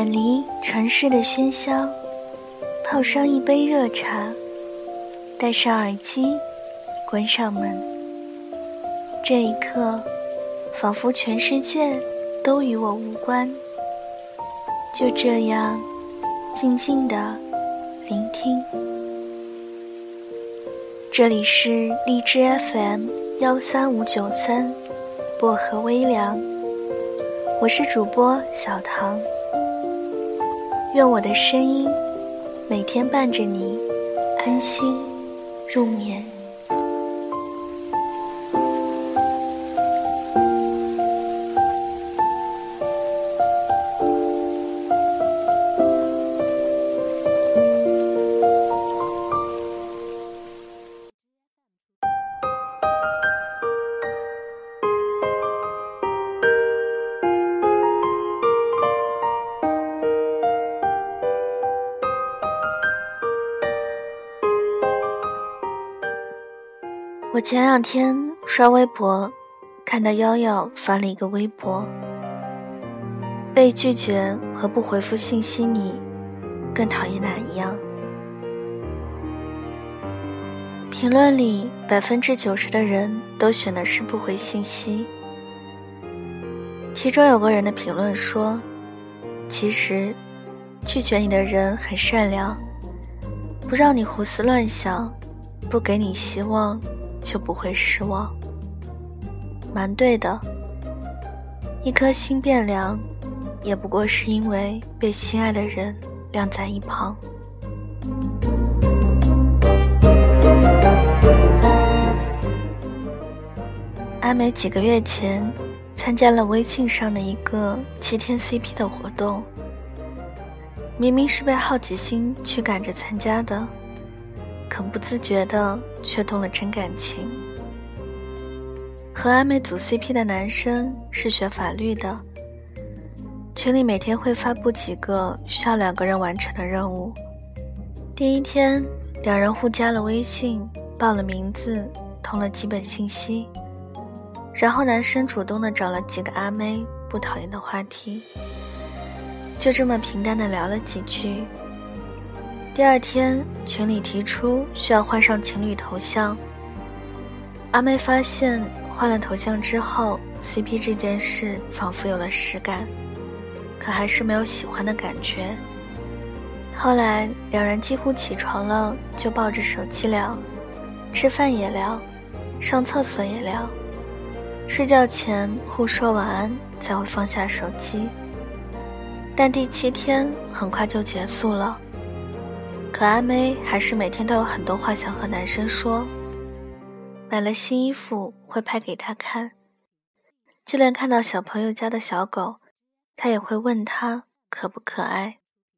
远离城市的喧嚣，泡上一杯热茶，戴上耳机，关上门。这一刻，仿佛全世界都与我无关。就这样，静静地聆听。这里是荔枝 FM13593，薄荷微凉，我是主播小唐。愿我的声音每天伴着你安心入眠。我前两天刷微博，看到瑶瑶发了一个微博，被拒绝和不回复信息你更讨厌哪一样？评论里90%的人都选的是不回信息。其中有个人的评论说，其实拒绝你的人很善良，不让你胡思乱想，不给你希望，就不会失望。蛮对的，一颗心变凉，也不过是因为被心爱的人晾在一旁。阿美几个月前参加了微信上的一个7天 CP 的活动，明明是被好奇心驱赶着参加的，可不自觉的却动了真感情。和阿美组 CP 的男生是学法律的，群里每天会发布几个需要2个人完成的任务。第一天，2人互加了微信，报了名字，通了基本信息，然后男生主动的找了几个阿妹不讨厌的话题，就这么平淡的聊了几句。第二天，群里提出需要换上情侣头像。阿妹发现换了头像之后 CP 这件事仿佛有了实感，可还是没有喜欢的感觉。后来2人几乎起床了就抱着手机聊，吃饭也聊，上厕所也聊，睡觉前互说晚安才会放下手机。但第7天很快就结束了，可阿妹还是每天都有很多话想和男生说，买了新衣服会拍给他看，就连看到小朋友家的小狗，他也会问他可不可爱。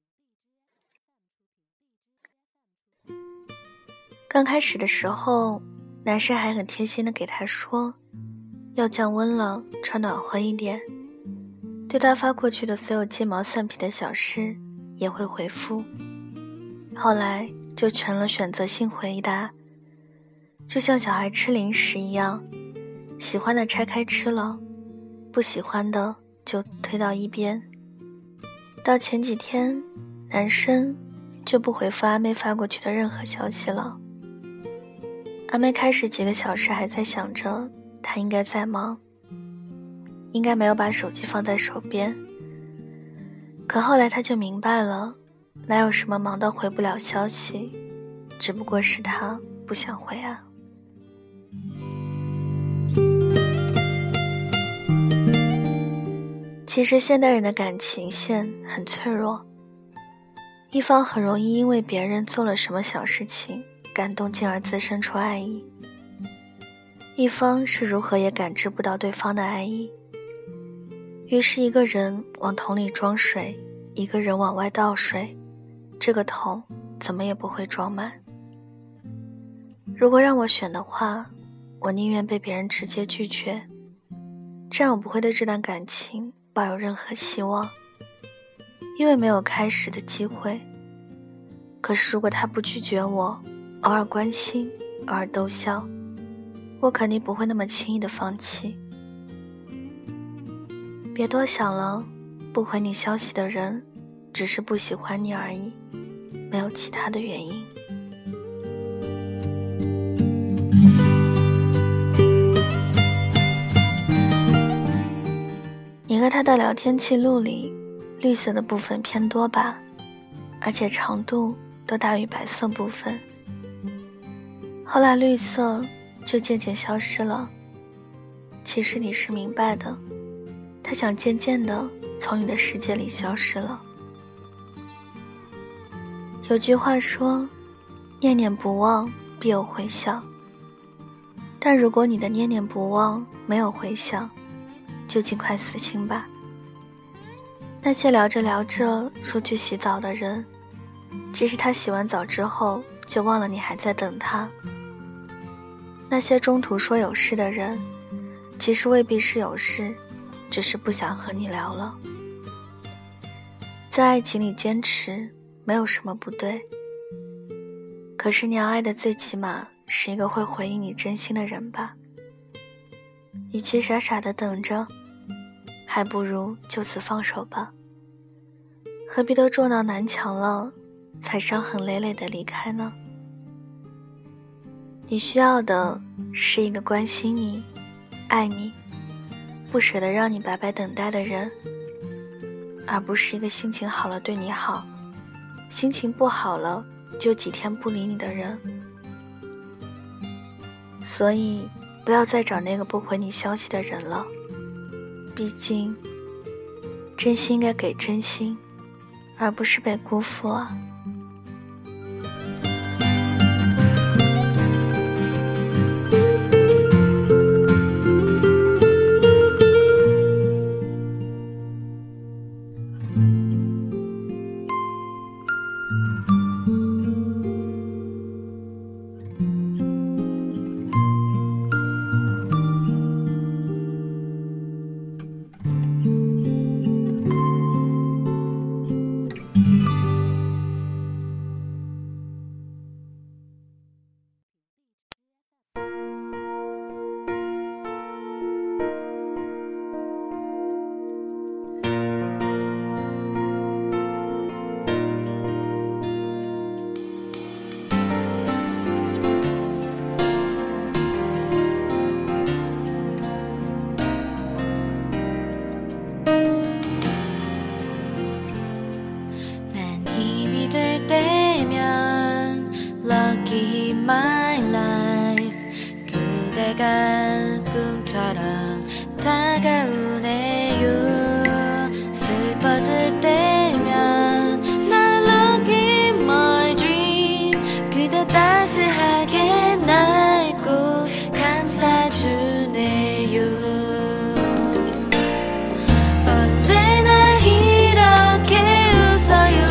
刚开始的时候，男生还很贴心的给他说，要降温了穿暖和一点，对他发过去的所有鸡毛蒜皮的小事也会回复。后来就成了选择性回答，就像小孩吃零食一样，喜欢的拆开吃了，不喜欢的就推到一边。到前几天，男生就不回复阿妹发过去的任何消息了。阿妹开始几个小时还在想着他应该在忙，应该没有把手机放在手边，可后来他就明白了，哪有什么忙到回不了消息，只不过是他不想回啊。其实现代人的感情线很脆弱，一方很容易因为别人做了什么小事情感动进而滋生出爱意，一方是如何也感知不到对方的爱意，于是一个人往桶里装水，一个人往外倒水，这个桶怎么也不会装满。如果让我选的话，我宁愿被别人直接拒绝，这样我不会对这段感情抱有任何希望，因为没有开始的机会。可是如果他不拒绝我，偶尔关心，偶尔逗笑，我肯定不会那么轻易的放弃。别多想了，不回你消息的人只是不喜欢你而已，没有其他的原因。你和他的聊天记录里，绿色的部分偏多吧，而且长度都大于白色部分。后来绿色就渐渐消失了。其实你是明白的，他想渐渐地从你的世界里消失了。有句话说，念念不忘必有回响。但如果你的念念不忘没有回响，就尽快死心吧。那些聊着聊着说去洗澡的人，其实他洗完澡之后就忘了你还在等他。那些中途说有事的人，其实未必是有事，只是不想和你聊了。在爱情里坚持没有什么不对，可是你要爱的最起码是一个会回应你真心的人吧。与其傻傻的等着，还不如就此放手吧。何必都撞到南墙了，才伤痕累累的离开呢？你需要的是一个关心你、爱你、不舍得让你白白等待的人，而不是一个心情好了对你好，心情不好了就几天不理你的人。所以不要再找那个不回你消息的人了，毕竟真心应该给真心，而不是被辜负啊。 My life 그대가 꿈처럼 다가오네요. 슬퍼질 때면 날 lucky my dream 그대 따스하게 날 꼭 감싸주네요. 언제나 이렇게 웃어요.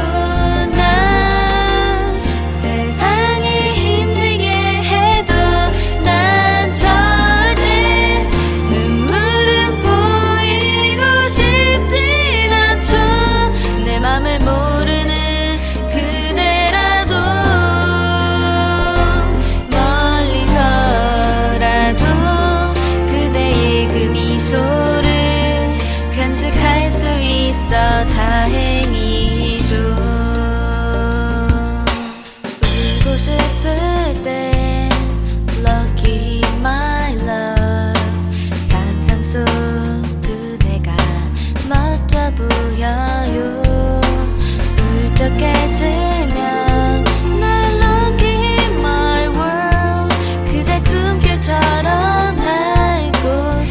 다행이죠. 울고 싶을 땐 lucky my love 상상 속 그대가 멋져 보여요. 훌쩍 깨지면 날 lucky my world 그대 꿈결처럼 날 꼭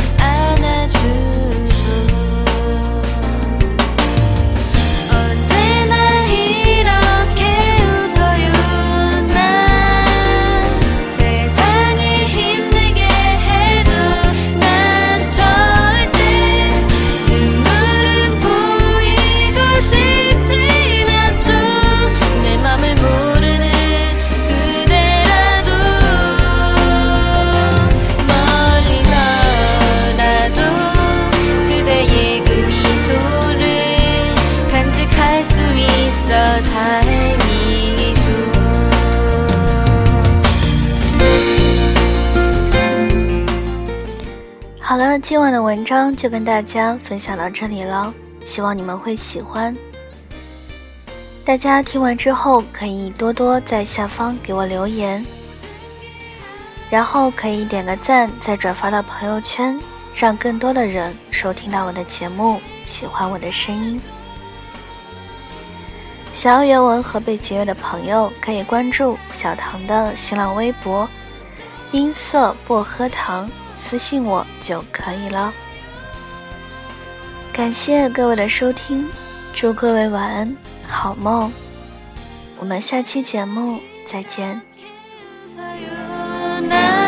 안아주소. 다행이죠. 好了，今晚的文章就跟大家分享到这里了，希望你们会喜欢。 大家听完之后可以多多在下方给我留言，然后可以点个赞，再转发到朋友圈，让更多的人收听到我的节目，喜欢我的声音。想要原文和被节约的朋友可以关注小唐的新浪微博音色薄荷糖，私信我就可以了。感谢各位的收听，祝各位晚安好梦，我们下期节目再见。 さよなら